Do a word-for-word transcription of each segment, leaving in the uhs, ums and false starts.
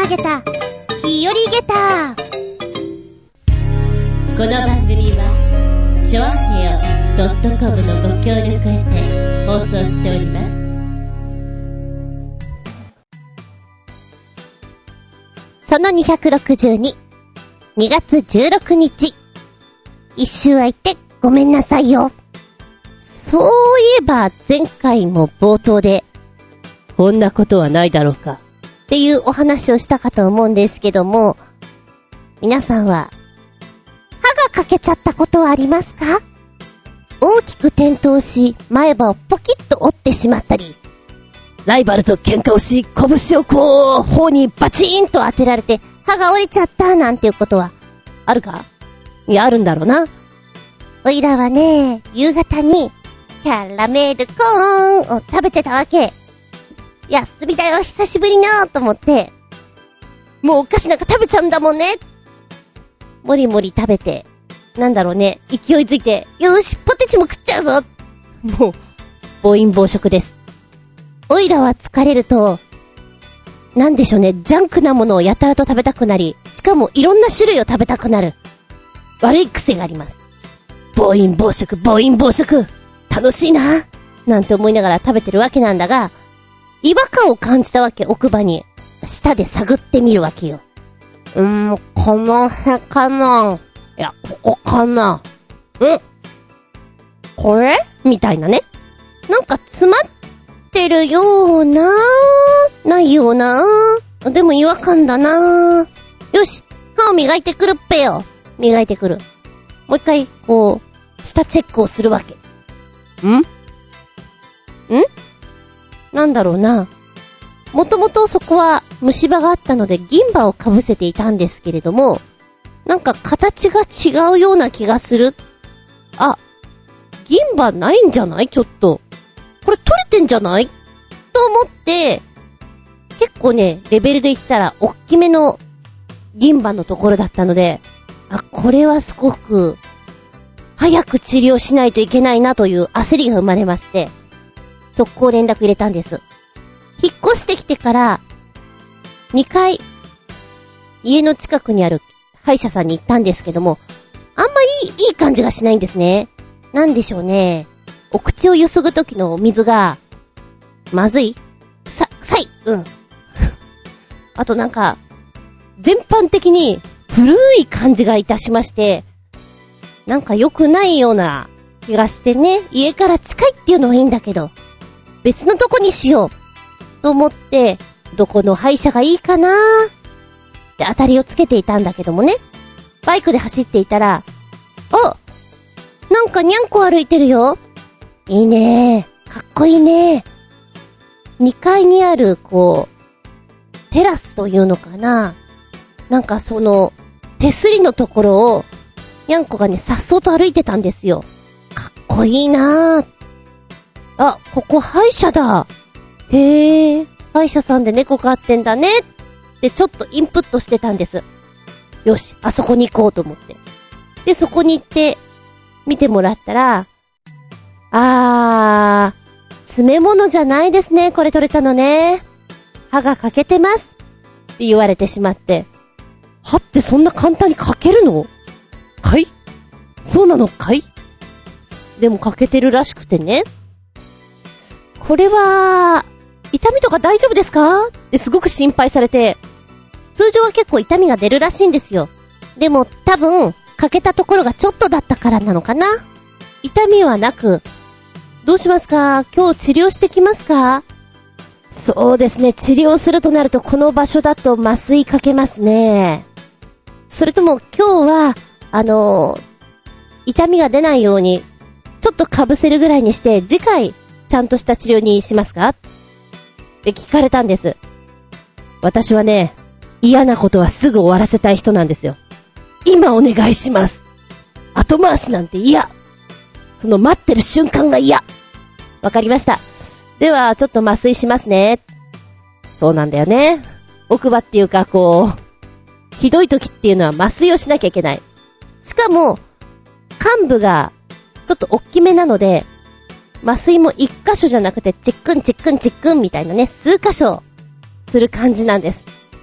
げた日和げた。 この番組はチョアヘオ .com のご協力へて放送しております。 そのにひゃくろくじゅうに、にがつじゅうろくにち、一周空いてごめんなさいよ。そういえば前回も冒頭でこんなことはないだろうかっていうお話をしたかと思うんですけども、皆さんは歯が欠けちゃったことはありますか？大きく転倒し前歯をポキッと折ってしまったり、 ライバルと喧嘩をし拳をこう頬にバチチーンと当てられて歯が折れちゃったなんていうことはあるか？ いや、あるんだろうな。 おいらはね、夕方にキャラメルコーンを食べてたわけ。休みだよ、久しぶりなと思って。もうお菓子なんか食べちゃうんだもんね。もりもり食べて、なんだろうね、勢いづいて、よーし、ポテチも食っちゃうぞ。もう、暴飲暴食です。おいらは疲れると、なんでしょうね、ジャンクなものをやたらと食べたくなり、しかもいろんな種類を食べたくなる。悪い癖があります。暴飲暴食、暴飲暴食。楽しいななんて思いながら食べてるわけなんだが、違和感を感じたわけ、奥歯に。舌で探ってみるわけよ。うーん、この辺かな。いや、ここかな。んこれみたいなね。なんか詰まってるような、ないような。でも違和感だな。よし、歯を磨いてくるっぺよ。磨いてくる。もう一回、こう、舌チェックをするわけ。んんなんだろうな。もともとそこは虫歯があったので銀歯をかぶせていたんですけれども、なんか形が違うような気がする。あ、銀歯ないんじゃない？ちょっと。これ取れてんじゃない？と思って、結構ね、レベルで言ったら大きめの銀歯のところだったので、あ、これはすごく早く治療しないといけないなという焦りが生まれまして、速攻連絡入れたんです。引っ越してきてからにかい家の近くにある歯医者さんに行ったんですけども、あんまりいい感じがしないんですね。なんでしょうね。お口をゆすぐ時のお水がまずい？臭、臭い。うん。あとなんか全般的に古い感じがいたしまして、なんか良くないような気がしてね。家から近いっていうのはいいんだけど、別のとこにしようと思って、どこの歯医者がいいかなーって当たりをつけていたんだけどもね。バイクで走っていたら、あ、なんかにゃんこ歩いてるよ。いいねー。かっこいいねー。にかいにある、こう、テラスというのかな。なんかその、手すりのところを、にゃんこがね、さっそうと歩いてたんですよ。かっこいいなー。あ、ここ歯医者だ。へー、歯医者さんで猫飼ってんだねってちょっとインプットしてたんです。よし、あそこに行こうと思って。で、そこに行って見てもらったら、あー、詰め物じゃないですね、これ取れたのね。歯が欠けてますって言われてしまって、歯ってそんな簡単に欠けるの？かい？そうなのかい？でも欠けてるらしくてね。これは痛みとか大丈夫ですか？ってすごく心配されて、通常は結構痛みが出るらしいんですよ。でも多分欠けたところがちょっとだったからなのかな。痛みはなく、どうしますか？今日治療してきますか？そうですね、治療するとなるとこの場所だと麻酔かけますね。それとも今日はあのー、痛みが出ないようにちょっとかぶせるぐらいにして次回ちゃんとした治療にしますかって聞かれたんです。私はね、嫌なことはすぐ終わらせたい人なんですよ。今お願いします。後回しなんて嫌。その待ってる瞬間が嫌。わかりました。ではちょっと麻酔しますね。そうなんだよね。奥歯っていうかこうひどい時っていうのは麻酔をしなきゃいけない。しかも患部がちょっと大きめなので、麻酔も一箇所じゃなくてチックンチックンチックンみたいなね、数箇所する感じなんです。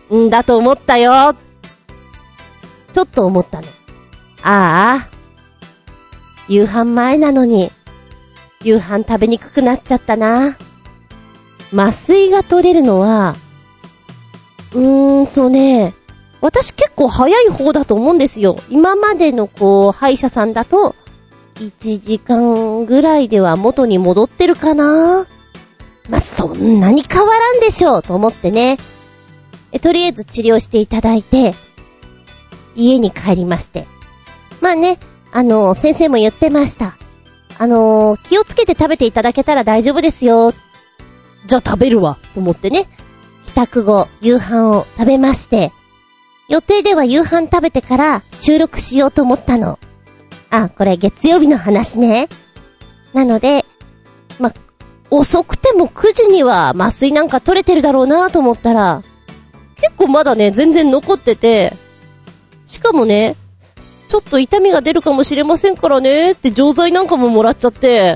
んだと思ったよ。ちょっと思ったの。ああ、夕飯前なのに、夕飯食べにくくなっちゃったな。麻酔が取れるのは、うーん、そうね。私結構早い方だと思うんですよ。今までのこう、歯医者さんだと、いちじかんぐらいでは元に戻ってるかな。まあ、そんなに変わらんでしょうと思ってね。え、とりあえず治療していただいて、家に帰りまして。まあね、あの、先生も言ってました。あの、気をつけて食べていただけたら大丈夫ですよ。じゃあ食べるわ、と思ってね。帰宅後、夕飯を食べまして、予定では夕飯食べてから収録しようと思ったの。あ、これ月曜日の話ね。なので、ま、遅くてもくじには麻酔なんか取れてるだろうなと思ったら、結構まだね、全然残ってて、しかもね、ちょっと痛みが出るかもしれませんからねって錠剤なんかももらっちゃって、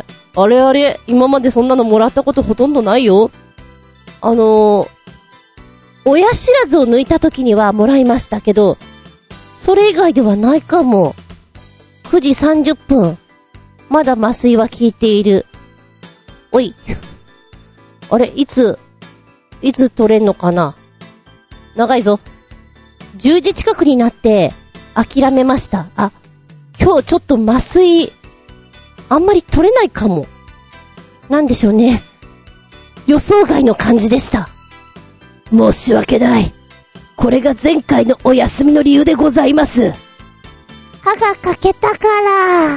あれあれ、今までそんなのもらったことほとんどないよ。あのー、親知らずを抜いた時にはもらいましたけど、それ以外ではないかも。くじさんじゅっぷん。まだ麻酔は効いている。おい。あれ、いつ、いつ取れんのかな。長いぞ。じゅうじ近くになって諦めました。あ、今日ちょっと麻酔、あんまり取れないかも。なんでしょうね。予想外の感じでした。 申し訳ない。これが前回のお休みの理由でございます。 歯が欠けたから。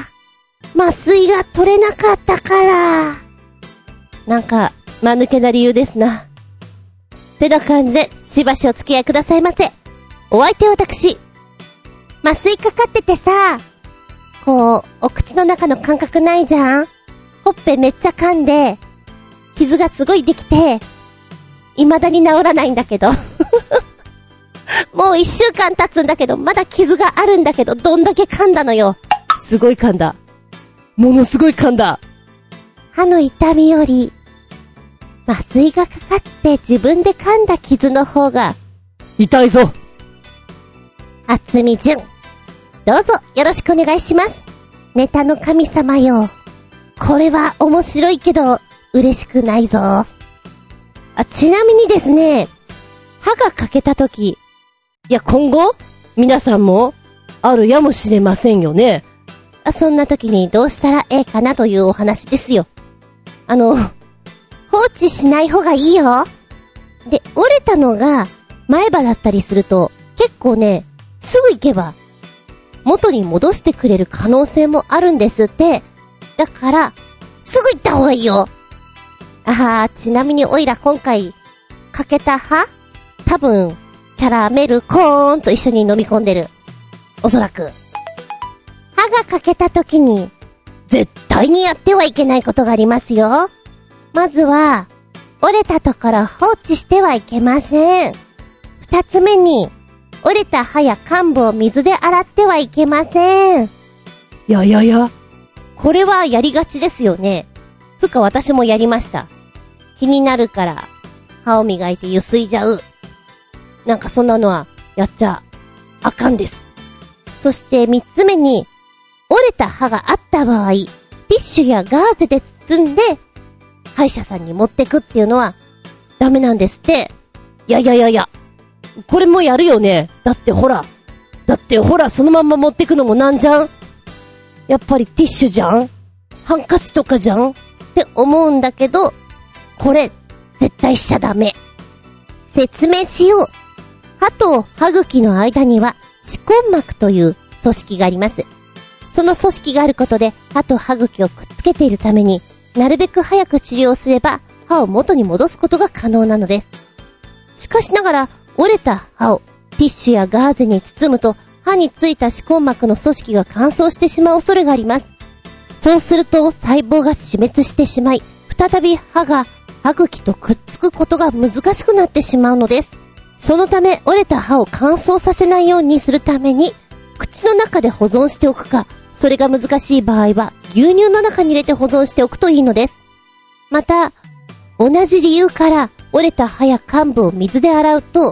麻酔が取れなかったから。なんか、間抜けな理由ですな。てな感じで、しばしお付き合いくださいませ。お相手は私。麻酔かかっててさ、こう、お口の中の感覚ないじゃん？ほっぺめっちゃ噛んで、傷がすごいできて、未だに治らないんだけど。もう一週間経つんだけど、まだ傷があるんだけど、どんだけ噛んだのよ。 すごい噛んだ。ものすごい噛んだ。 歯の痛みより、麻酔がかかって自分で噛んだ傷の方が、 痛いぞ。 あつみじゅん。どうぞよろしくお願いします。ネタの神様よ。これは面白いけど、嬉しくないぞ。あ、ちなみにですね、歯が欠けたとき、いや今後、皆さんも、あるやもしれませんよね。あ、そんな時にどうしたらええかなというお話ですよ。あの、放置しない方がいいよ。で、折れたのが前歯だったりすると、結構ね、すぐ行けば、元に戻してくれる可能性もあるんですって。だから、すぐ行った方がいいよ。あー、ちなみにおいら今回、欠けた歯？多分、キャラメルコーンと一緒に飲み込んでる。おそらく。歯が欠けた時に、絶対にやってはいけないことがありますよ。まずは、折れたところ放置してはいけません。二つ目に、折れた歯や患部を水で洗ってはいけません。 ややや。 これはやりがちですよね。つか私もやりました。気になるから、歯を磨いてゆすいじゃう。なんかそんなのは、やっちゃ、あかんです。そして三つ目に、折れた歯があった場合、ティッシュやガーゼで包んで、歯医者さんに持ってくっていうのは、ダメなんですって。 いやいやいやいや。これもやるよね。だってほら。だってほら、そのまんま持ってくのもなんじゃん？やっぱりティッシュじゃん？ハンカチとかじゃん？ って思うんだけど、これ、絶対しちゃダメ。説明しよう。歯と歯茎の間には、歯根膜という組織があります。その組織があることで、歯と歯茎をくっつけているために、なるべく早く治療すれば、歯を元に戻すことが可能なのです。しかしながら、折れた歯をティッシュやガーゼに包むと、歯についた歯根膜の組織が乾燥してしまう恐れがあります。そうすると細胞が死滅してしまい、再び歯が歯茎とくっつくことが難しくなってしまうのです。そのため折れた歯を乾燥させないようにするために、口の中で保存しておくか、それが難しい場合は牛乳の中に入れて保存しておくといいのです。また、同じ理由から折れた歯や患部を水で洗うと、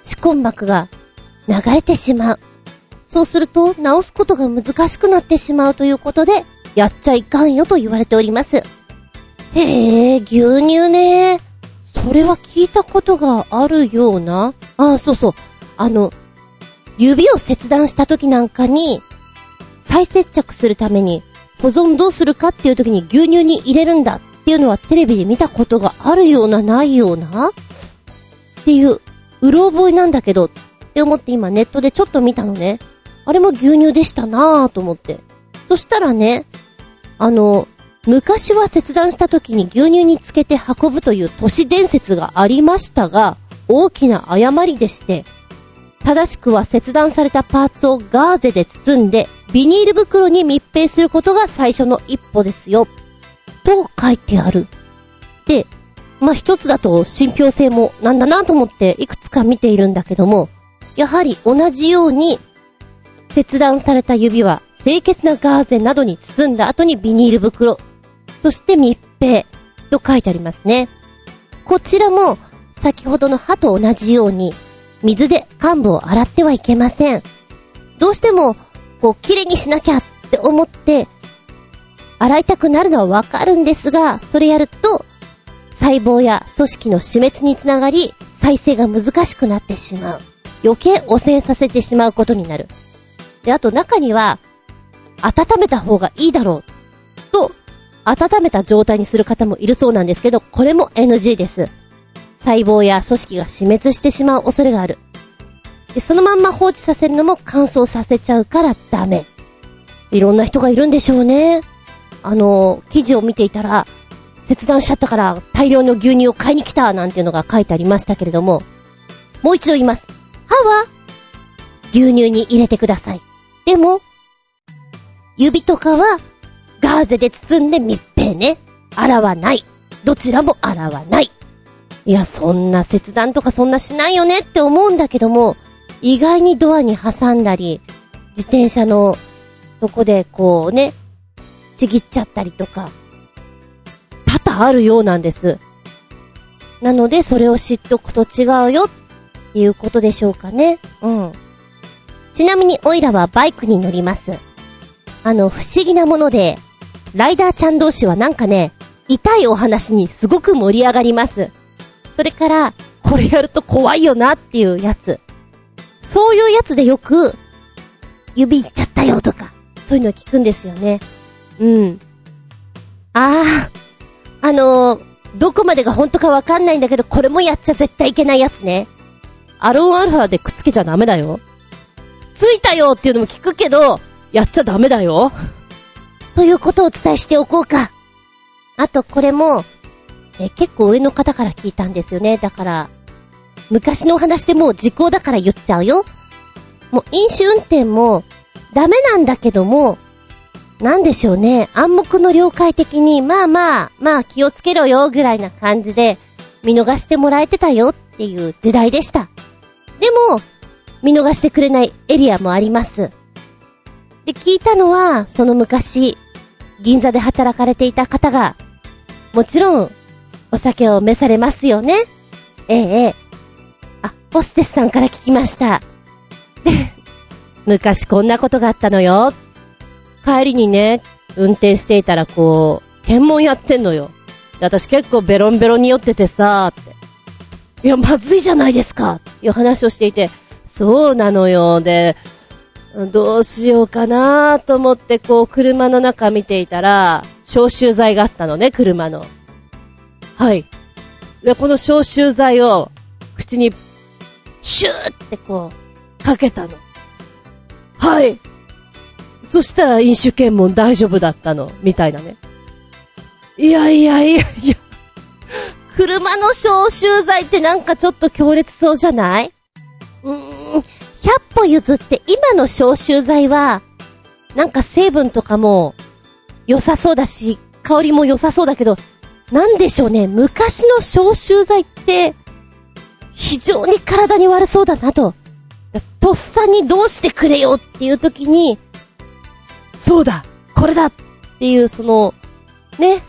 歯根膜が流れてしまう。そうすると治すことが難しくなってしまうということで、やっちゃいかんよと言われております。へー、牛乳ね。それは聞いたことがあるような。ああ、そうそう。あの、指を切断した時なんかに、再接着するために保存どうするかっていう時に牛乳に入れるんだっていうのはテレビで見たことがあるようなないようなっていう、うろ覚えなんだけどって思って今ネットでちょっと見たのね。あれも牛乳でしたなぁと思って。そしたらね、あの、昔は切断した時に牛乳につけて運ぶという都市伝説がありましたが、大きな誤りでして、正しくは切断されたパーツをガーゼで包んでビニール袋に密閉することが最初の一歩ですよと書いてある。で、まあ、一つだと信憑性もなんだなと思っていくつか見ているんだけども、やはり同じように切断された指は清潔なガーゼなどに包んだ後にビニール袋、そして密閉と書いてありますね。こちらも先ほどの歯と同じように水で患部を洗ってはいけません。どうしてもこう綺麗にしなきゃって思って洗いたくなるのはわかるんですが、それやると細胞や組織の死滅につながり再生が難しくなってしまう。余計汚染させてしまうことになる。で、あと中には温めた方がいいだろうと温めた状態にする方もいるそうなんですけど、これも エヌジー です。細胞や組織が死滅してしまう恐れがある。で、そのまんま放置させるのも乾燥させちゃうからダメ。いろんな人がいるんでしょうね。あの、記事を見ていたら、切断しちゃったから大量の牛乳を買いに来たなんていうのが書いてありましたけれども、もう一度言います。歯は牛乳に入れてください。でも、指とかはガーゼで包んで密閉ね。洗わない。どちらも洗わない。いや、そんな切断とかそんなしないよねって思うんだけども、意外にドアに挟んだり、自転車のとこでこうね、ちぎっちゃったりとか、多々あるようなんです。なので、それを知っとくと違うよっていうことでしょうかね。うん。ちなみに、オイラはバイクに乗ります。あの、不思議なもので、ライダーちゃん同士はなんかね、痛いお話にすごく盛り上がります。それから、これやると怖いよなっていうやつ。そういうやつでよく、指いっちゃったよとか、そういうの聞くんですよね。うん。ああ、あのー、どこまでが本当かわかんないんだけど、これもやっちゃ絶対いけないやつね。アロンアルファでくっつけちゃダメだよ。ついたよっていうのも聞くけど、やっちゃダメだよ。ということをお伝えしておこうか。あとこれも、え結構上の方から聞いたんですよね。だから、昔のお話でもう時効だから言っちゃうよ。もう飲酒運転もダメなんだけども、なんでしょうね。暗黙の了解的に、まあまあ、まあ気をつけろよぐらいな感じで見逃してもらえてたよっていう時代でした。でも、見逃してくれないエリアもあります。で、聞いたのは、その昔、銀座で働かれていた方が、もちろん、お酒を召されますよね。ええ、ええ。あ、ホステスさんから聞きました。で、昔こんなことがあったのよ。帰りにね、運転していたらこう、検問やってんのよ。で、私結構ベロンベロンに酔っててさ、って。いや、まずいじゃないですかっていう話をしていて、そうなのよ。で、どうしようかなと思ってこう車の中見ていたら消臭剤があったのね、車の。はい。で、この消臭剤を口にシューってこうかけたの。はい。そしたら飲酒検問大丈夫だったのみたいなね。いやいやいやいや。車の消臭剤ってなんかちょっと強烈そうじゃない？うーん。ひゃっぽ譲って今の消臭剤はなんか成分とかも良さそうだし香りも良さそうだけど、なんでしょうね、昔の消臭剤って非常に体に悪そうだなと。とっさにどうしてくれよっていう時に、そうだこれだっていうそのね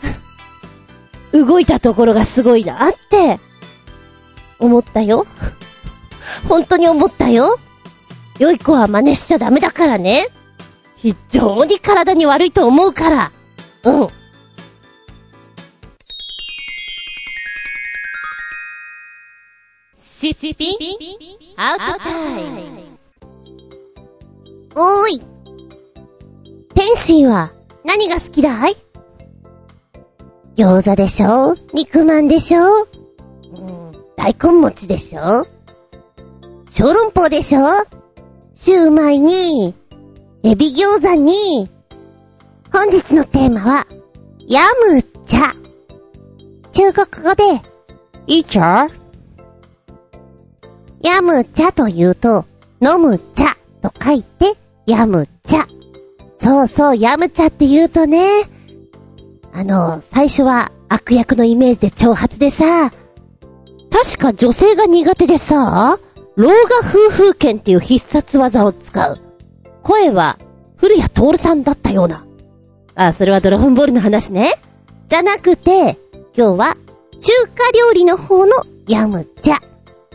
動いたところがすごいなって思ったよ。 本当に思ったよ。良い子は真似しちゃダメだからね。非常に体に悪いと思うから。うん。 シッピンアウトタイム。 おーい。天心は何が好きだい？餃子でしょ？肉まんでしょ？うん、大根餅でしょ？小籠包でしょ？シューマイに、エビ餃子に、本日のテーマは、ヤムチャ。中国語で、 いい茶？ ヤムチャというと、飲む茶と書いて、ヤムチャ。そうそう、ヤムチャって言うとね、あの、最初は悪役のイメージで挑発でさ、確か女性が苦手でさ、老眼夫婦剣っていう必殺技を使う。声は、古谷徹さんだったような。あ、それはドラゴンボールの話ね。じゃなくて、今日は、中華料理の方のヤムチャ。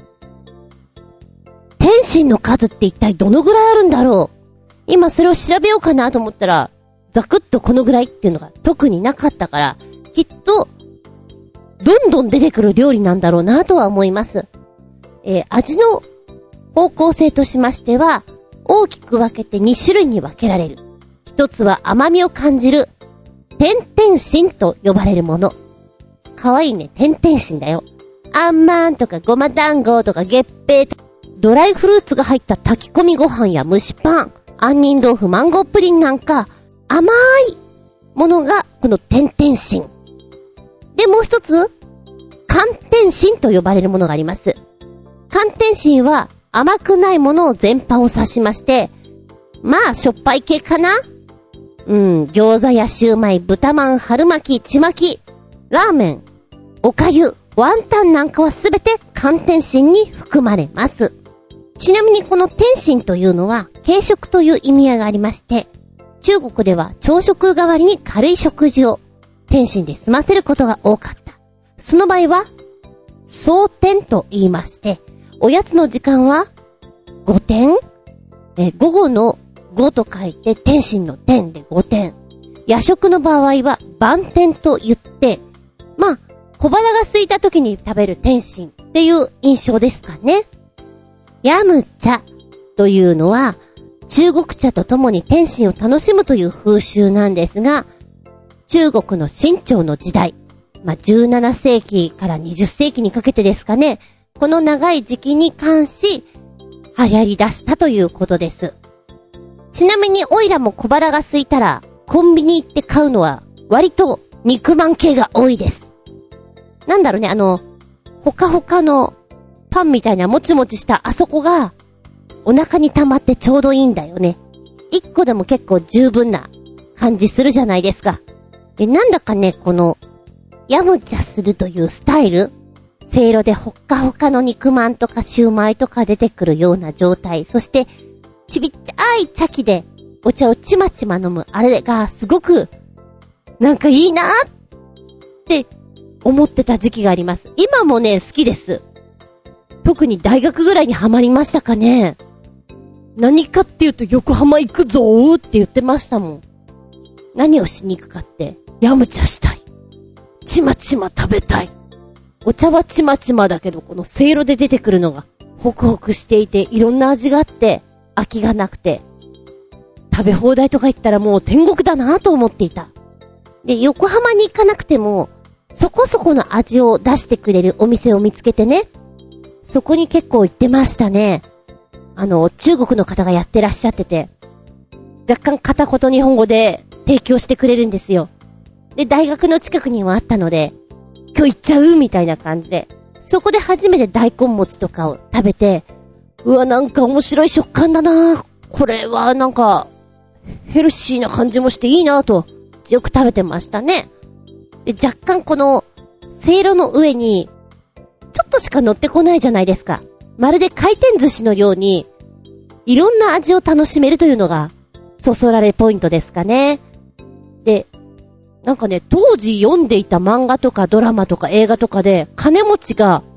天津の数って一体どのぐらいあるんだろう。今それを調べようかなと思ったら、ザクッとこのぐらいっていうのが特になかったから、きっと、どんどん出てくる料理なんだろうなとは思います。えー、味の方向性としましては、大きく分けてに種類に分けられる。一つは甘みを感じる、天天津と呼ばれるもの。かわいいね、天天津だよ。あんまんとかごま団子とか月餅とか、ドライフルーツが入った炊き込みご飯や蒸しパン、杏仁豆腐、マンゴープリンなんか、甘いものがこの天天津。で、もう一つ、寒天津と呼ばれるものがあります。寒天津は甘くないものを全般を指しまして、まあ、しょっぱい系かな？うん、餃子やシューマイ、豚まん、春巻き、ちまき、ラーメン、おかゆ、ワンタンなんかはすべて寒天津に含まれます。ちなみにこの天津というのは軽食という意味合いがありまして、中国では朝食代わりに軽い食事を天津で済ませることが多かった。その場合は、早天と言いまして、おやつの時間は午天、え、午後の午と書いて天津の天で午天。夜食の場合は晩天と言って、まあ、小腹が空いた時に食べる天津っていう印象ですかね。ヤム茶というのは中国茶とともに天津を楽しむという風習なんですが、中国の清朝の時代、まあ、じゅうなな世紀からにじゅっ世紀にかけてですかね、この長い時期に関し流行り出したということです。ちなみにオイラも小腹が空いたらコンビニ行って買うのは割と肉まん系が多いです。なんだろうね、あのほかほかのパンみたいなもちもちしたあそこがお腹に溜まってちょうどいいんだよね。一個でも結構十分な感じするじゃないですか。え、なんだかね、このヤムチャするというスタイル、せいろでほっかほかの肉まんとかシューマイとか出てくるような状態、そしてちびっちゃい茶器でお茶をちまちま飲むあれがすごくなんかいいなって思ってた時期があります。今もね、好きです。特に大学ぐらいにハマりましたかね。何かっていうと横浜行くぞーって言ってましたもん。何をしに行くかって、ヤムチャしたい。ちまちま食べたい。お茶はちまちまだけど、このせいろで出てくるのが、ホクホクしていて、いろんな味があって、飽きがなくて、食べ放題とか行ったらもう天国だなと思っていた。で、横浜に行かなくても、そこそこの味を出してくれるお店を見つけてね、そこに結構行ってましたね。あの、中国の方がやってらっしゃってて、若干片言日本語で提供してくれるんですよ。で、大学の近くにはあったので、今日行っちゃうみたいな感じで、そこで初めて大根餅とかを食べて、うわ、なんか面白い食感だな、これはなんかヘルシーな感じもしていいなとよく食べてましたね。で、若干このせいろの上にちょっとしか乗ってこないじゃないですか。まるで回転寿司のようにいろんな味を楽しめるというのがそそられポイントですかね。で、なんかね、当時読んでいた漫画とかドラマとか映画とかで金持ちが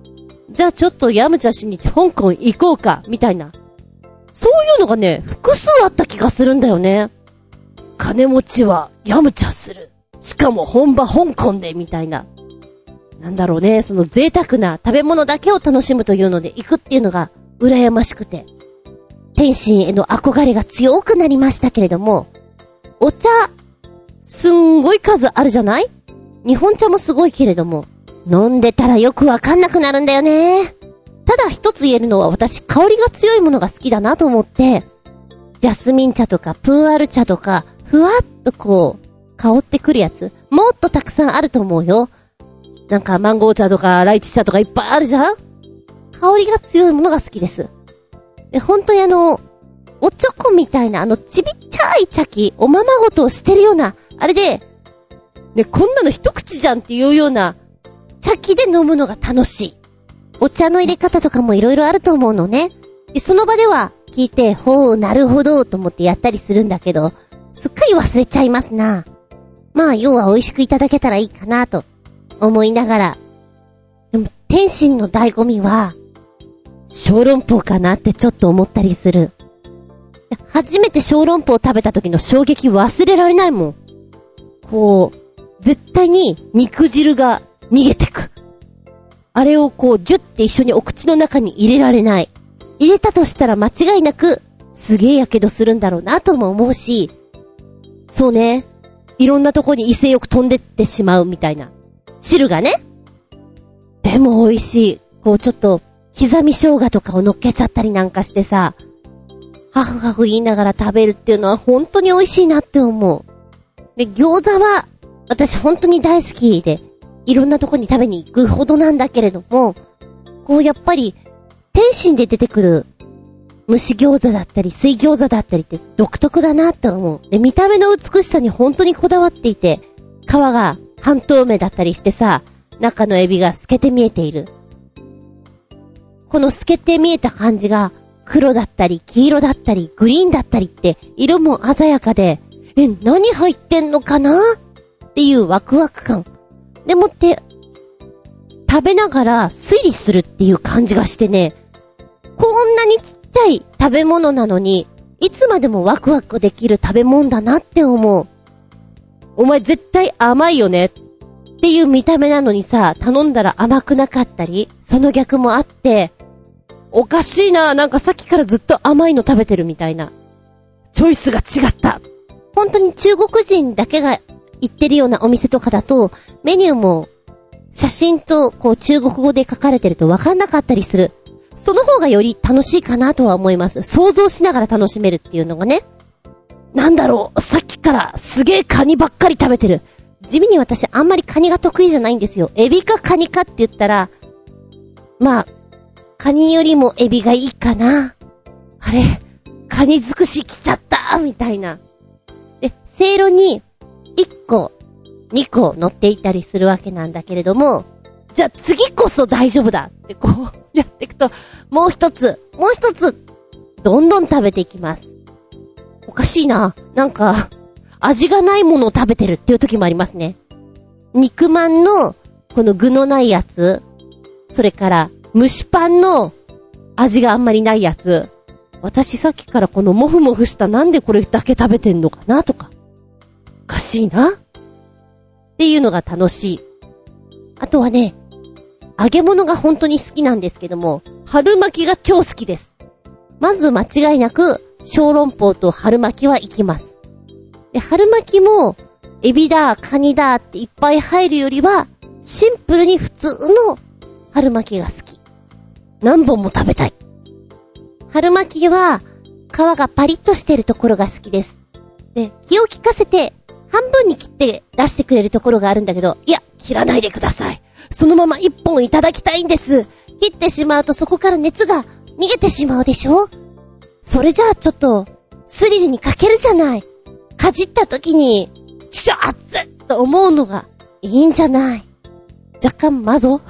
じゃあちょっとヤムチャしに香港行こうか、みたいな。そういうのがね、複数あった気がするんだよね。金持ちはヤムチャする。しかも本場香港で、みたいな。なんだろうね、その贅沢な食べ物だけを楽しむというので行くっていうのが羨ましくて。天津への憧れが強くなりましたけれども、お茶、すんごい数あるじゃない？日本茶もすごいけれども、飲んでたらよくわかんなくなるんだよね。ただ一つ言えるのは私香りが強いものが好きだなと思って、ジャスミン茶とかプーアル茶とか、ふわっとこう、香ってくるやつ、もっとたくさんあると思うよ。なんかマンゴー茶とかライチ茶とかいっぱいあるじゃん？香りが強いものが好きです。で、本当にあの、おチョコみたいなあのちびっちゃい茶器、おままごとをしてるような、あれで、で、こんなの一口じゃんっていうような茶器で飲むのが楽しい。お茶の入れ方とかもいろいろあると思うのね。で、その場では聞いて、ほう、なるほど、と思ってやったりするんだけど、すっかり忘れちゃいますな。まあ、要は美味しくいただけたらいいかなと思いながら。でも、天津の醍醐味は、小籠包かなってちょっと思ったりする。初めて小籠包を食べた時の衝撃忘れられないもん。こう、絶対に肉汁が逃げてく。あれをこう、ジュッて一緒にお口の中に入れられない。入れたとしたら間違いなく、すげえやけどするんだろうなとも思うし、そうね。いろんなとこに威勢よく飛んでってしまうみたいな。汁がね。でも美味しい。こうちょっと、刻み生姜とかを乗っけちゃったりなんかしてさ、ハフハフ言いながら食べるっていうのは本当に美味しいなって思う。で、餃子は、私本当に大好きで、いろんなとこに食べに行くほどなんだけれども、こうやっぱり、天津で出てくる、蒸し餃子だったり、水餃子だったりって独特だなって思う。で、見た目の美しさに本当にこだわっていて、皮が半透明だったりしてさ、中のエビが透けて見えている。この透けて見えた感じが、黒だったり、黄色だったり、グリーンだったりって、色も鮮やかで、え、何入ってんのかなっていうワクワク感。でもって、食べながら推理するっていう感じがしてね、こんなにちっちゃい食べ物なのに、いつまでもワクワクできる食べ物だなって思う。お前絶対甘いよねっていう見た目なのにさ、頼んだら甘くなかったり、その逆もあって、おかしいな、なんかさっきからずっと甘いの食べてるみたいな。チョイスが違った。本当に中国人だけが行ってるようなお店とかだと、メニューも写真とこう中国語で書かれてると分かんなかったりする。その方がより楽しいかなとは思います。想像しながら楽しめるっていうのがね。なんだろう、さっきからすげえカニばっかり食べてる。地味に私あんまりカニが得意じゃないんですよ。エビかカニかって言ったら、まあ、カニよりもエビがいいかな。あれ、カニ尽くし来ちゃったみたいな。で、せいろにいっこ、にこ乗っていたりするわけなんだけれども、じゃあ次こそ大丈夫だってこうやっていくと、もう一つ、もう一つ、どんどん食べていきます。おかしいな。なんか、味がないものを食べてるっていう時もありますね。肉まんの、この具のないやつ、それから、蒸しパンの味があんまりないやつ。私さっきからこのモフモフしたなんでこれだけ食べてんのかなとか。おかしいな。っていうのが楽しい。あとはね、揚げ物が本当に好きなんですけども、春巻きが超好きです。まず間違いなく、小籠包と春巻きは行きます。で、春巻きも、エビだ、カニだっていっぱい入るよりは、シンプルに普通の春巻きが好き。何本も食べたい。春巻きは、皮がパリッとしてるところが好きです。で、気を利かせて、半分に切って出してくれるところがあるんだけど、いや、切らないでください。そのまま一本いただきたいんです。切ってしまうとそこから熱が逃げてしまうでしょ？それじゃあちょっと、スリルに欠けるじゃない。かじった時に、シャーッと思うのがいいんじゃない。若干マゾ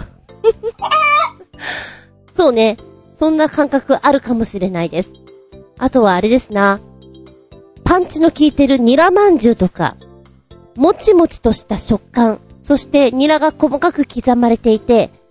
そうね。そんな感覚あるかもしれないです。あとはあれですな。パンチの効いてるニラまんじゅうとか、もちもちとした食感、そしてニラが細かく刻まれていて、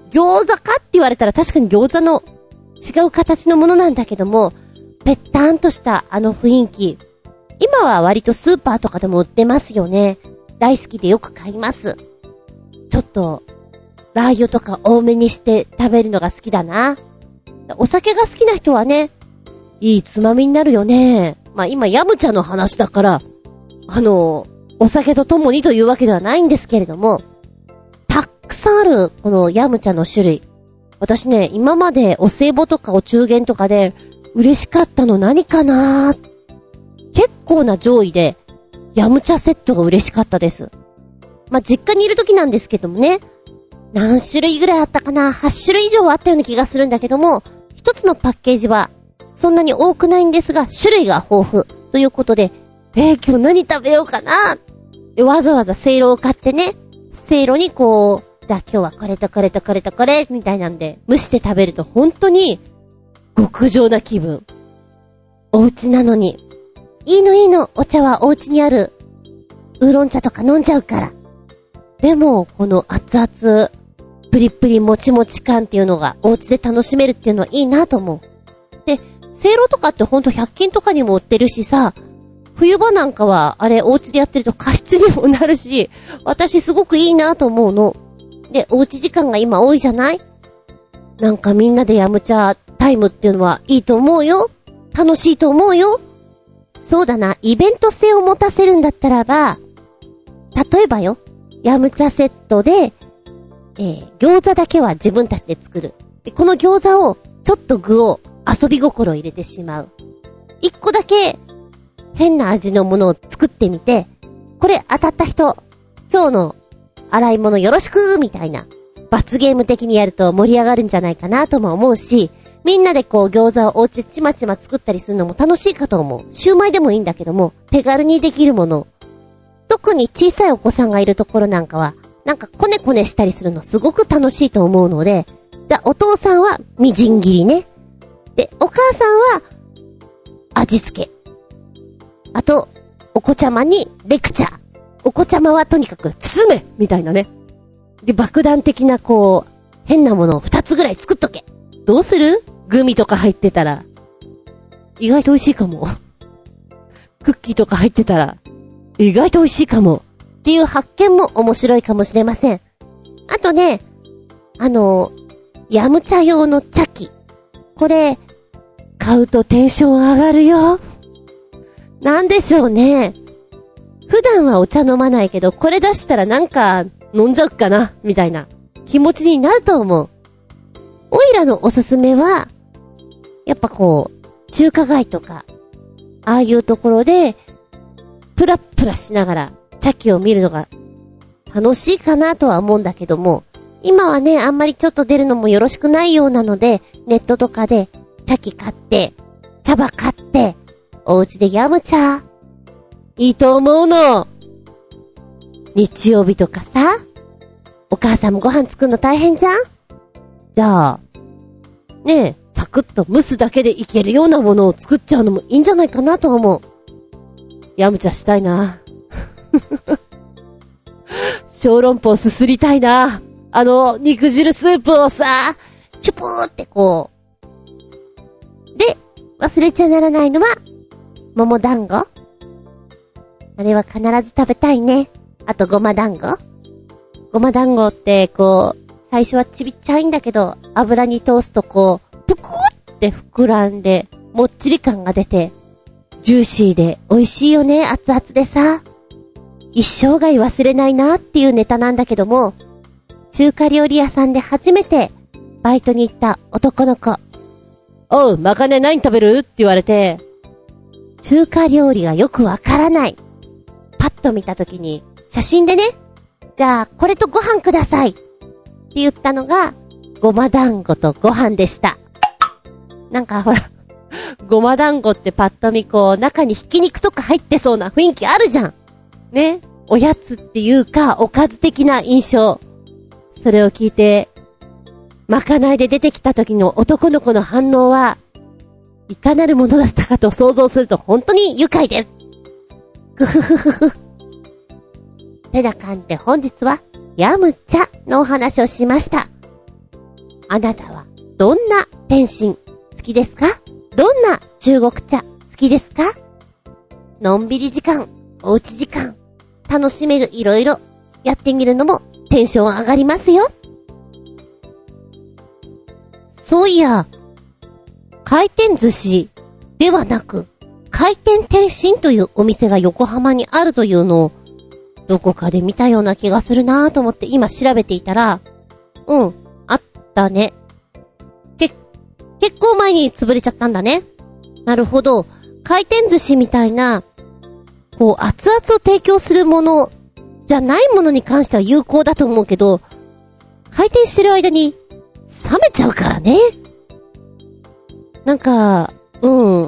餃子かって言われたら確かに餃子の違う形のものなんだけども、ぺったんとしたあの雰囲気。今は割とスーパーとかでも売ってますよね。大好きでよく買います。ちょっと、ラー油とか多めにして食べるのが好きだな。お酒が好きな人はね、いいつまみになるよね。まあ今ヤムチャの話だから、あの、お酒と共にというわけではないんですけれども、たくさんあるこのヤムチャの種類。私ね、今までお歳暮とかお中元とかで嬉しかったの何かなー。結構な上位で、ヤムチャセットが嬉しかったです。まあ、実家にいる時なんですけどもね、何種類ぐらいあったかな、はち種類以上はあったような気がするんだけども、一つのパッケージはそんなに多くないんですが、種類が豊富ということで、えー、今日何食べようかなで、わざわざせいろを買ってね、せいろにこう、じゃあ今日はこれとこれとこれとこれみたいなんで蒸して食べると本当に極上な気分。お家なのに、いいのいいの、お茶はお家にあるウーロン茶とか飲んじゃうから。でもこの熱々プリプリもちもち感っていうのがお家で楽しめるっていうのはいいなと思う。で、せいろとかってほんとひゃく均とかにも売ってるしさ、冬場なんかはあれお家でやってると加湿にもなるし、私すごくいいなと思うの。で、おうち時間が今多いじゃない？なんかみんなでヤムチャタイムっていうのはいいと思うよ。楽しいと思うよ。そうだな、イベント性を持たせるんだったらば、例えばよ、ヤムチャセットで、えー、餃子だけは自分たちで作る。で、この餃子を、ちょっと具を遊び心を入れてしまう。一個だけ、変な味のものを作ってみて、これ当たった人、今日の洗い物よろしくみたいな罰ゲーム的にやると盛り上がるんじゃないかなとも思うし、みんなでこう餃子をお家でちまちま作ったりするのも楽しいかと思う。シューマイでもいいんだけども、手軽にできるもの。特に小さいお子さんがいるところなんかは、なんかコネコネしたりするのすごく楽しいと思うので、じゃあお父さんはみじん切りね。で、お母さんは味付け。あと、お子ちゃまにレクチャー。お子ちゃまはとにかく包めみたいなね。で、爆弾的なこう、変なものを二つぐらい作っとけ。どうする？グミとか入ってたら。意外と美味しいかも。クッキーとか入ってたら、意外と美味しいかも。っていう発見も面白いかもしれません。あとね、あの、ヤムチャ用の茶器。これ、買うとテンション上がるよ。なんでしょうね。普段はお茶飲まないけど、これ出したらなんか飲んじゃうかなみたいな気持ちになると思う。おいらのおすすめは、やっぱこう、中華街とか、ああいうところで、プラプラしながら茶器を見るのが楽しいかなとは思うんだけども、今はね、あんまりちょっと出るのもよろしくないようなので、ネットとかで茶器買って、茶葉買って、お家でヤムチャ、いいと思うの。日曜日とかさ、お母さんもご飯作るの大変じゃん？じゃあ、ねえ、サクッと蒸すだけでいけるようなものを作っちゃうのもいいんじゃないかなと思う。ヤムチャしたいな。小籠包すすりたいな。あの、肉汁スープをさ、チュプーってこう。で、忘れちゃならないのは、桃団子？あれは必ず食べたいね。あとごま団子？ごま団子ってこう、最初はちびっちゃいんだけど、油に通すとこう、ぷくって膨らんで、もっちり感が出て、ジューシーで美味しいよね、熱々でさ。一生涯忘れないなっていうネタなんだけども、中華料理屋さんで初めてバイトに行った男の子。おう、まかね何食べるって言われて、中華料理がよくわからない。パッと見たときに、写真でね、じゃあこれとご飯くださいって言ったのが、ごま団子とご飯でした。なんかほら、ごま団子ってパッと見こう、中にひき肉とか入ってそうな雰囲気あるじゃん。ね。おやつっていうか、おかず的な印象。それを聞いて、まかないで出てきた時の男の子の反応は、いかなるものだったかと想像すると本当に愉快です。ぐふふふふ。てな感じで本日は、ヤムチャのお話をしました。 あなたはどんな点心好きですか？どんな中国茶好きですか？のんびり時間、おうち時間、楽しめるいろいろやってみるのもテンション上がりますよ。そういや、回転寿司ではなく、回転点心というお店が横浜にあるというのを、どこかで見たような気がするなぁと思って今調べていたら、うん、あったね。け、結構前に潰れちゃったんだね。なるほど。回転寿司みたいな、こう、熱々を提供するものじゃないものに関しては有効だと思うけど、回転してる間に冷めちゃうからね。なんか、うん。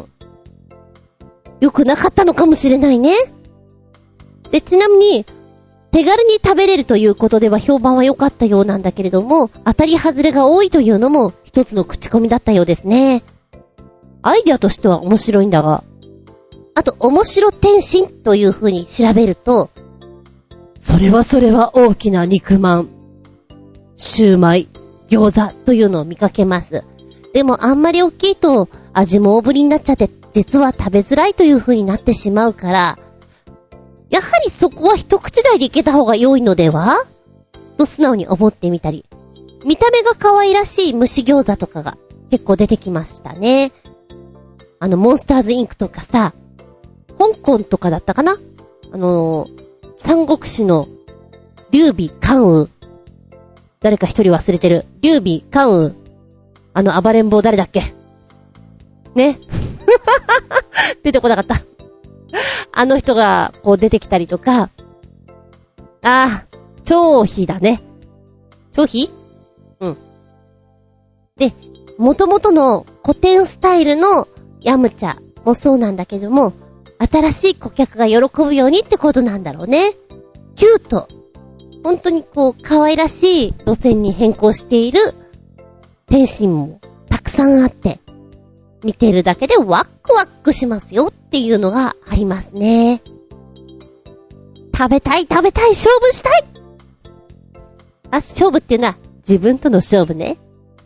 良くなかったのかもしれないね。で、ちなみに、手軽に食べれるということでは評判は良かったようなんだけれども、当たり外れが多いというのも一つの口コミだったようですね。アイデアとしては面白いんだが、あと、面白点心という風に調べると、それはそれは大きな肉まん、シューマイ、餃子というのを見かけます。でもあんまり大きいと味も大ぶりになっちゃって実は食べづらいという風になってしまうから、やはりそこは一口大でいけた方が良いのではと素直に思ってみたり、見た目が可愛らしい蒸し餃子とかが結構出てきましたね。あのモンスターズインクとかさ、香港とかだったかな、あのー、三国志の劉備関羽、誰か一人忘れてる。劉備関羽、あの暴れん坊誰だっけね出てこなかった。あの人がこう出てきたりとか、ああ、張飛だね。張飛？うん。で、元々の古典スタイルのヤムチャもそうなんだけども、新しい顧客が喜ぶようにってことなんだろうね。キュート。本当にこう可愛らしい路線に変更している点心もたくさんあって、見てるだけでワクワクしますよっていうのがありますね。食べたい食べたい勝負したい。あ、勝負っていうのは自分との勝負ね。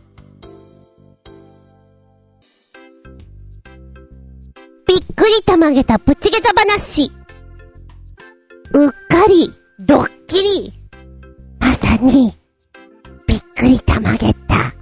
びっくりたまげたプチゲタ話。うっかりドッキリ。まさにびっくりたまげたの巻。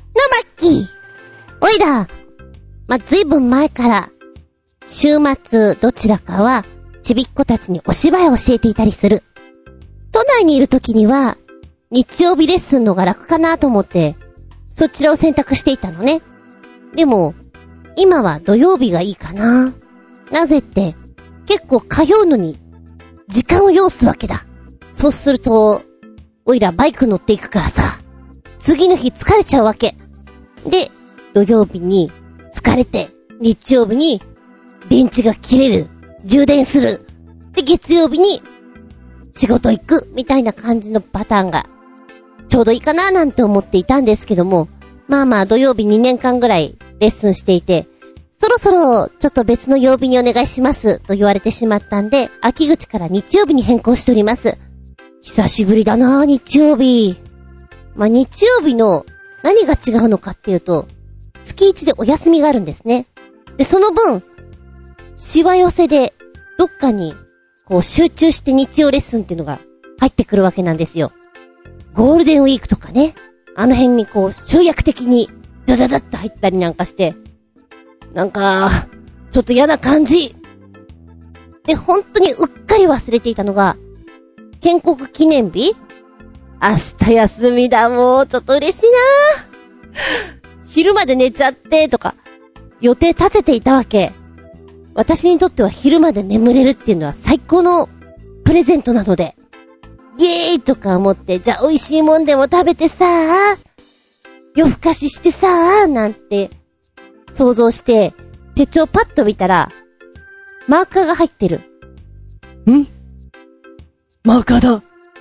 おいら、ま、ずいぶん前から週末どちらかはちびっ子たちにお芝居を教えていたりする。都内にいる時には日曜日レッスンのが楽かなと思ってそちらを選択していたのね。でも今は土曜日がいいかな。なぜって結構通うのに時間を要すわけだ。そうするとおいらバイク乗っていくからさ、次の日疲れちゃうわけで、土曜日に疲れて日曜日に電池が切れる、充電する、で月曜日に仕事行くみたいな感じのパターンがちょうどいいかななんて思っていたんですけども、まあまあ土曜日にねんかんぐらいレッスンしていて、そろそろちょっと別の曜日にお願いしますと言われてしまったんで、秋口から日曜日に変更しております。久しぶりだなぁ、日曜日。まあ日曜日の何が違うのかっていうと、月一でお休みがあるんですね。で、その分しわ寄せでどっかにこう集中して日曜レッスンっていうのが入ってくるわけなんですよ。ゴールデンウィークとかね、あの辺にこう集約的にダダダッと入ったりなんかして、なんかちょっと嫌な感じで、本当にうっかり忘れていたのが建国記念日、明日休みだ、もうちょっと嬉しいな。昼まで寝ちゃってとか予定立てていたわけ。私にとっては昼まで眠れるっていうのは最高のプレゼントなので、イエーイとか思って、じゃあ美味しいもんでも食べてさ、夜更かししてさ、なんて想像して手帳パッと見たらマーカーが入ってる。ん？マーカーだ。ん？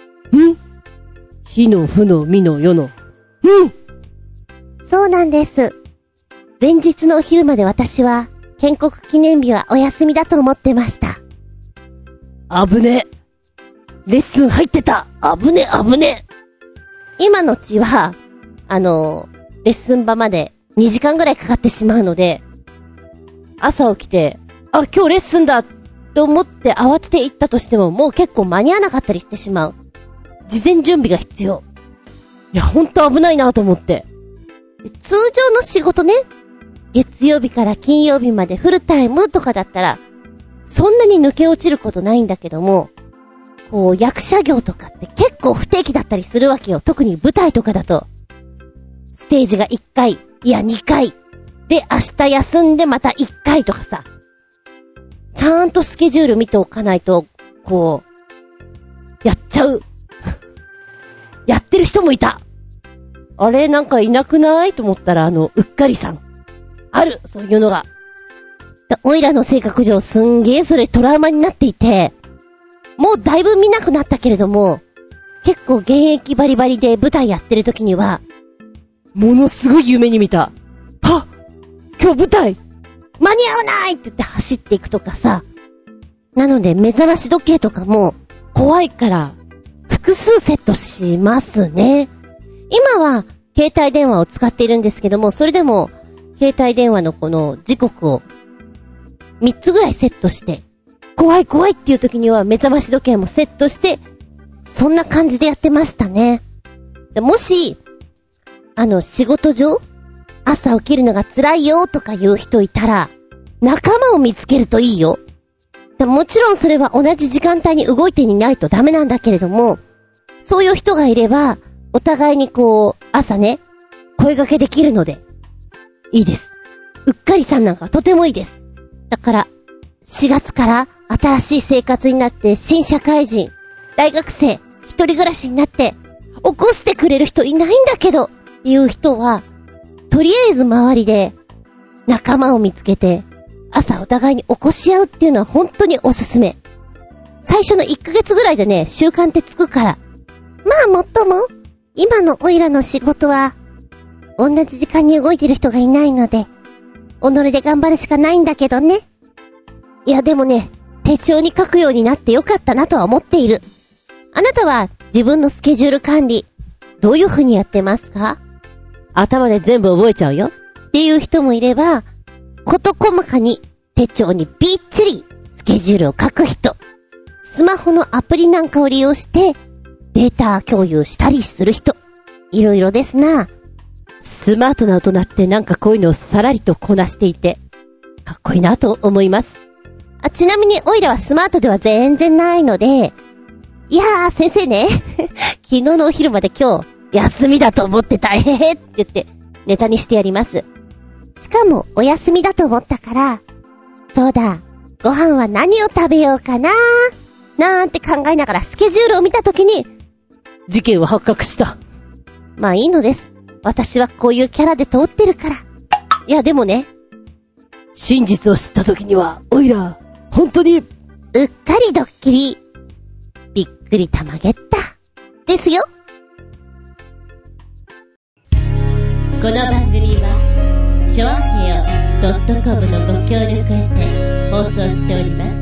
火の負の身の世の。うん。そうなんです。前日のお昼まで私は建国記念日はお休みだと思ってました。危ね。レッスン入ってた。危ね危ね。今のちは、あの、 レッスン場までにじかんぐらいかかってしまうので、朝起きて、あ、今日レッスンだと思って慌てて行ったとしても、もう結構間に合わなかったりしてしまう。事前準備が必要。いや、ほんと危ないなと思って。 通常の仕事ね、月曜日から金曜日までフルタイムとかだったら、そんなに抜け落ちることないんだけども、こう、役者業とかって結構不定期だったりするわけよ。特に舞台とかだと。ステージがいっかい、いやにかい。で、明日休んでまたいっかいとかさ。ちゃんとスケジュール見ておかないと、こう、やっちゃう。やってる人もいた。あれ、なんかいなくないと思ったら、あの、うっかりさん。ある、そういうのが。おいらの性格上すんげえそれトラウマになっていて、もうだいぶ見なくなったけれども、結構現役バリバリで舞台やってる時には、 ものすごい夢に見た。はっ、今日舞台間に合わないって言って走っていくとかさ。なので目覚まし時計とかも怖いから複数セットしますね。今は携帯電話を使っているんですけども、それでも携帯電話のこの時刻をみっつぐらいセットして、怖い怖いっていう時には目覚まし時計もセットして、そんな感じでやってましたね。でもし、あの仕事上、朝起きるのが辛いよとか言う人いたら、仲間を見つけるといいよ。でもちろんそれは同じ時間帯に動いていないとダメなんだけれども、そういう人がいれば、お互いにこう、朝ね、声掛けできるので、いいです。うっかりさんなんかとてもいいです。だから、しがつから新しい生活になって新社会人、大学生、一人暮らしになって、起こしてくれる人いないんだけど、っていう人は、とりあえず周りで仲間を見つけて、朝お互いに起こし合うっていうのは本当におすすめ。最初のいっかげつぐらいでね、習慣ってつくから。まあもっとも、今のオイラの仕事は、同じ時間に動いてる人がいないので、己で頑張るしかないんだけどね。いやでもね、手帳に書くようになってよかったなとは思っている。あなたは自分のスケジュール管理、どういう風にやってますか？ 頭で全部覚えちゃうよっていう人もいれば、こと細かに手帳にびっちりスケジュールを書く人、スマホのアプリなんかを利用してデータ共有したりする人、いろいろですな。 スマートな大人ってなんかこういうのをさらりとこなしていて、かっこいいなと思います。 あ、ちなみにオイラはスマートでは全然ないので、いやー先生ね、昨日のお昼まで今日休みだと思ってた、へへって言ってネタにしてやります。しかもお休みだと思ったから、そうだ、ご飯は何を食べようかななんて考えながらスケジュールを見たときに、 事件は発覚した。 まあいいのです。私はこういうキャラで通ってるから。いやでもね、 真実を知ったときには、おいら、本当に、うっかりドッキリ、びっくりたまげった、ですよ。 この番組はチョアヘオ .com のご協力へて放送しております。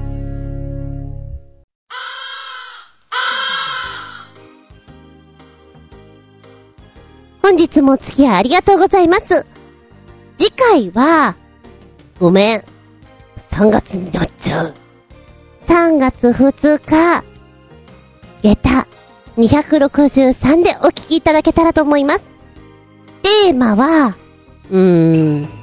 本日もお付き合いありがとうございます。次回は、ごめん、 さんがつになっちゃう。 さんがつふつか、下駄にひゃくろくじゅうさんでお聞きいただけたらと思います。テーマは、うーん、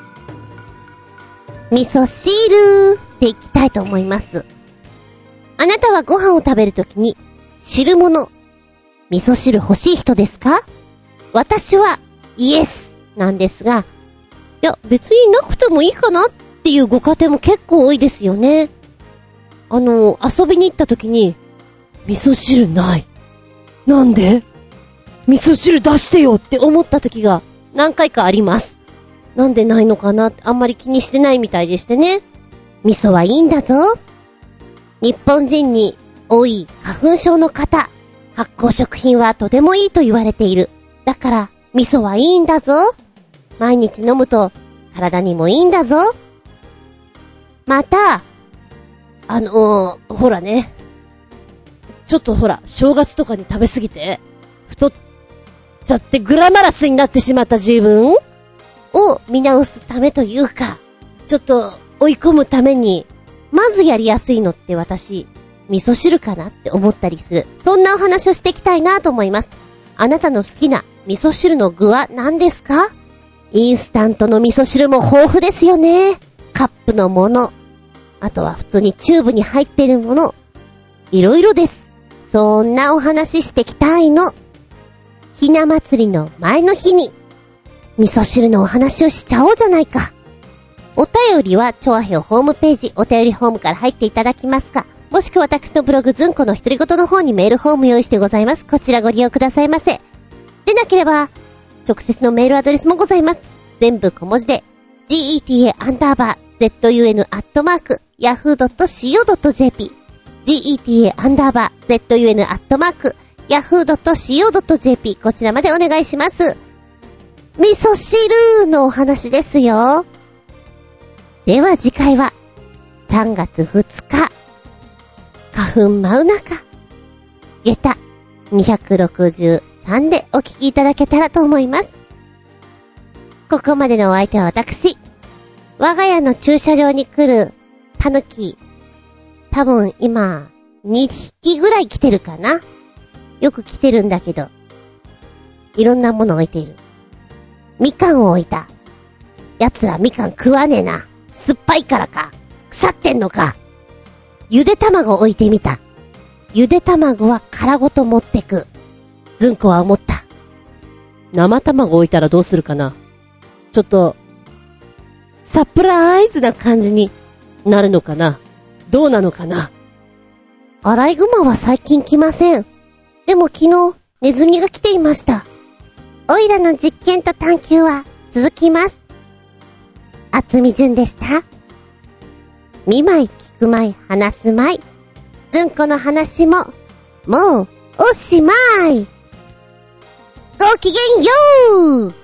味噌汁でいきたいと思います。あなたはご飯を食べるときに汁物、味噌汁欲しい人ですか？私はイエスなんですが、いや別になくてもいいかなっていうご家庭も結構多いですよね。あの遊びに行ったときに味噌汁ない。なんで？味噌汁出してよって思った時が何回かあります。なんでないのかなってあんまり気にしてないみたいでしてね。 味噌はいいんだぞ。日本人に多い花粉症の方、発酵食品はとてもいいと言われている。だから味噌はいいんだぞ。毎日飲むと体にもいいんだぞ。また、 あのー、ほらね。ちょっとほら、正月とかに食べすぎて、太っちゃってグラマラスになってしまった自分を見直すためというか、ちょっと追い込むために、まずやりやすいのって私、味噌汁かなって思ったりする。そんなお話をしていきたいなと思います。あなたの好きな味噌汁の具は何ですか？インスタントの味噌汁も豊富ですよね。カップのもの。あとは普通にチューブに入ってるもの。いろいろです。そんなお話してきたいの。ひな祭りの前の日に、味噌汁のお話をしちゃおうじゃないか。お便りは、チョアヘオホームページ、お便りフォームから入っていただきますか。もしくは私のブログ、ズンコの独り言の方にメールフォーム用意してございます。こちらご利用くださいませ。でなければ、直接のメールアドレスもございます。全部小文字で、geta アンダーバー zun アットマーク yahoo.co.jp geta アンダーバー zun アットマーク yahoo.co.jp こちらまでお願いします。味噌汁のお話ですよ。では次回はさんがつふつか、花粉舞う中、下駄にひゃくろくじゅうさんでお聞きいただけたらと思います。ここまでのお相手は私。我が家の駐車場に来るタヌキ、多分今にひきぐらい来てるかな。よく来てるんだけど、いろんなもの置いている。みかんを置いた。奴らみかん食わねえな。酸っぱいからか。腐ってんのか。ゆで卵置いてみた。ゆで卵は殻ごと持ってく。ずんこは思った。 生卵置いたらどうするかな。ちょっと、サプライズな感じになるのかな。どうなのかな。 アライグマは最近来ません。でも昨日、ネズミが来ていました。オイラの実験と探求は続きます。あつみじゅんでした。見舞い聞く舞い話す舞い。ずんこの話も、もう、おしまい。ごきげんよう。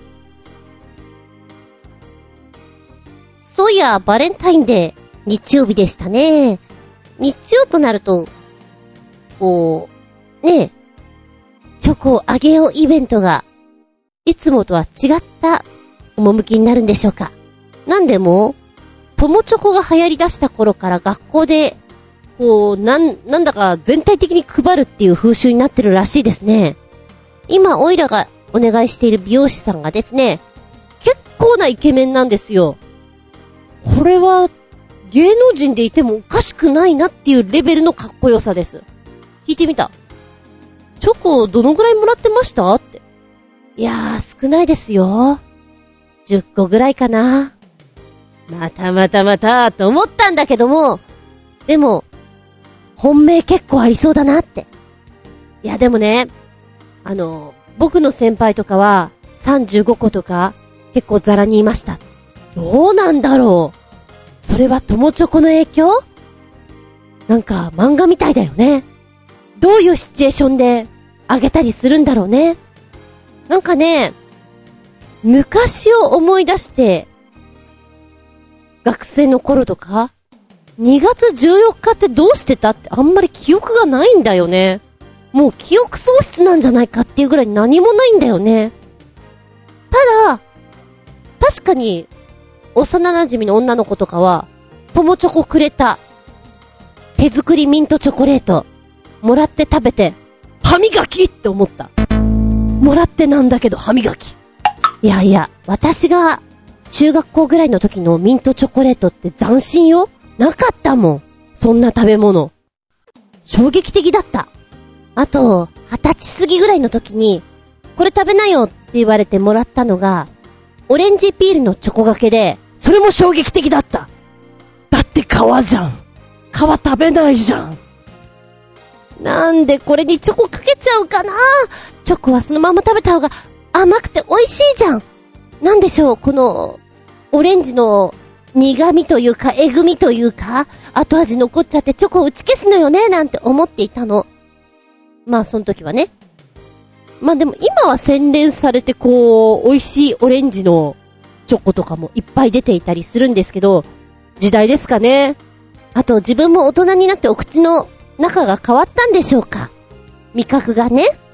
そういや、バレンタインデー、日曜日でしたね。日曜となると、こう、ねえ、チョコをあげようイベントが、いつもとは違った趣になるんでしょうか。なんでも、友チョコが流行り出した頃から学校で、こう、なん、なんだか全体的に配るっていう風習になってるらしいですね。今、オイラがお願いしている美容師さんがですね、結構なイケメンなんですよ。これは、芸能人でいてもおかしくないなっていうレベルのかっこよさです。聞いてみた。チョコどのぐらいもらってましたって。いやー、少ないですよ。じゅっこぐらいかな。またまたまたと思ったんだけども、でも、本命結構ありそうだなって。いやでもね、あの、僕の先輩とかはさんじゅうごことか結構ザラにいました。どうなんだろう。それは友チョコの影響？なんか漫画みたいだよね。どういうシチュエーションであげたりするんだろうね。なんかね、昔を思い出して、学生の頃とか、にがつじゅうよっかってどうしてたってあんまり記憶がないんだよね。もう記憶喪失なんじゃないかっていうぐらい何もないんだよね。ただ、確かに、幼馴染の女の子とかは、友チョコくれた、手作りミントチョコレート、もらって食べて、歯磨きって思った。もらってなんだけど歯磨き。いやいや、私が、中学校ぐらいの時のミントチョコレートって斬新よ。なかったもん。そんな食べ物。衝撃的だった。あと、二十歳過ぎぐらいの時に、これ食べなよって言われてもらったのが、オレンジピールのチョコがけで、それも衝撃的だった。だって皮じゃん。皮食べないじゃん。なんでこれにチョコかけちゃうかな。チョコはそのまま食べた方が甘くて美味しいじゃん。なんでしょう、この、オレンジの苦味というか、えぐみというか、後味残っちゃってチョコを打ち消すのよね、なんて思っていたの。まあ、その時はね。まあでも今は洗練されてこう、美味しいオレンジのチョコとかもいっぱい出ていたりするんですけど、時代ですかね。あと自分も大人になってお口の中が変わったんでしょうか。味覚がね。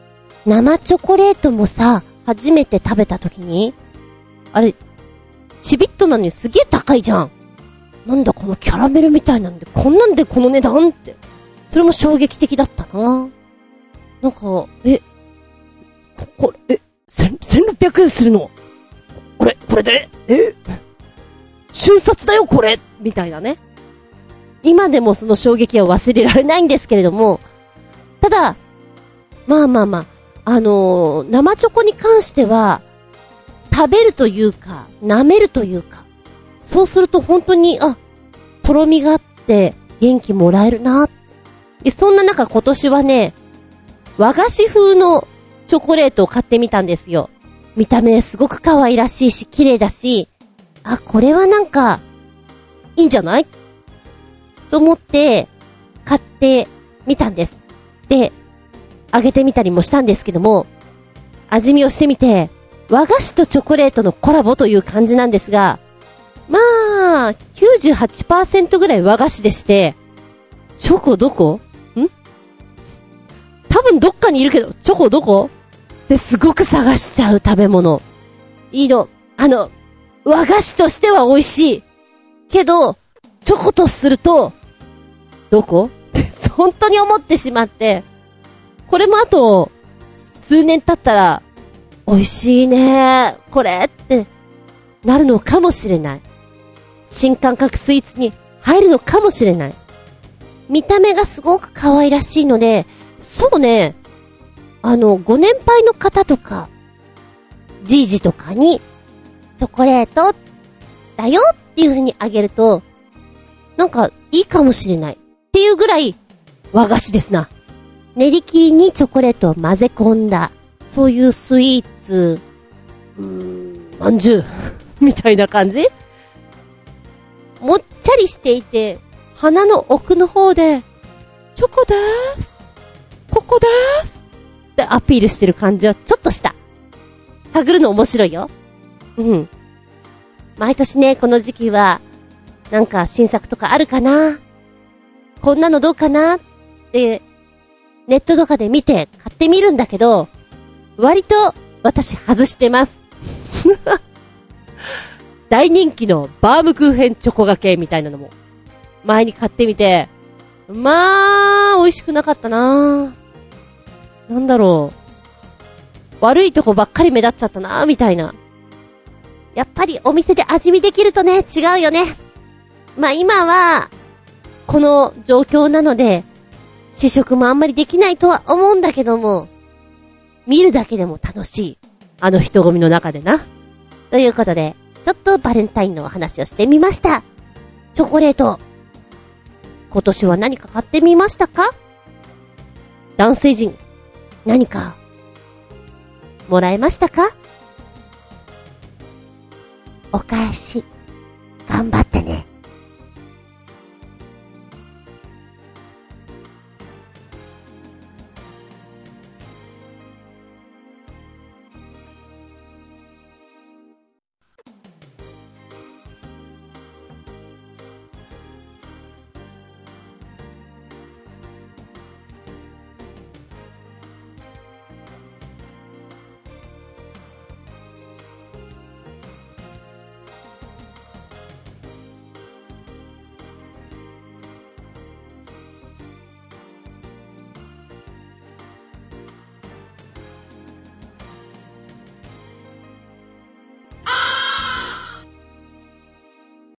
生チョコレートもさ、初めて食べた時に、あれ、ちびっとなのにすげえ高いじゃん。なんだこのキャラメルみたいなんで、こんなんでこの値段って。それも衝撃的だったな。なんか、え、こ、これ、え、千、千六百円するのこれ、これでえ瞬殺だよこれみたいなね。今でもその衝撃は忘れられないんですけれども、ただ、まあまあまあ、あのー、生チョコに関しては、食べるというか、舐めるというか、そうすると本当に、あ、とろみがあって元気もらえるな。で、そんな中今年はね、和菓子風のチョコレートを買ってみたんですよ。見た目すごく可愛らしいし、綺麗だし、あ、これはなんか、いいんじゃないと思って、買ってみたんです。で、あげてみたりもしたんですけども、味見をしてみて、和菓子とチョコレートのコラボという感じなんですが、まあ、きゅうじゅうはちパーセント ぐらい和菓子でして、チョコどこ？ん？多分どっかにいるけど、チョコどこ？ですごく探しちゃう食べ物。いいの。あの、和菓子としては美味しい。けど、チョコとすると、どこ？本当に思ってしまって、これもあと、数年経ったら、美味しいね、これってなるのかもしれない。新感覚スイーツに入るのかもしれない。見た目がすごく可愛らしいので、そうね、あの、ご年配の方とか、じいじとかに、チョコレートだよっていう風にあげると、なんかいいかもしれない。っていうぐらい、和菓子ですな。練り切りにチョコレートを混ぜ込んだ、そういうスイーツ、うーん、まんじゅうみたいな感じ？もっちゃりしていて、鼻の奥の方で、チョコでーす、ここでーすってアピールしてる感じはちょっとした。探るの面白いよ。うん。毎年ね、この時期は、なんか新作とかあるかな？こんなのどうかなって、ネットとかで見て買ってみるんだけど、割と私外してます。大人気のバームクーヘンチョコがけみたいなのも前に買ってみて、まあ美味しくなかったな。なんだろう、悪いとこばっかり目立っちゃったなみたいな。やっぱりお店で味見できるとね、違うよね。まあ今はこの状況なので試食もあんまりできないとは思うんだけども、見るだけでも楽しい、あの人混みの中でな。ということで、ちょっとバレンタインのお話をしてみました。チョコレート、今年は何か買ってみましたか？男性陣、何かもらえましたか？お返し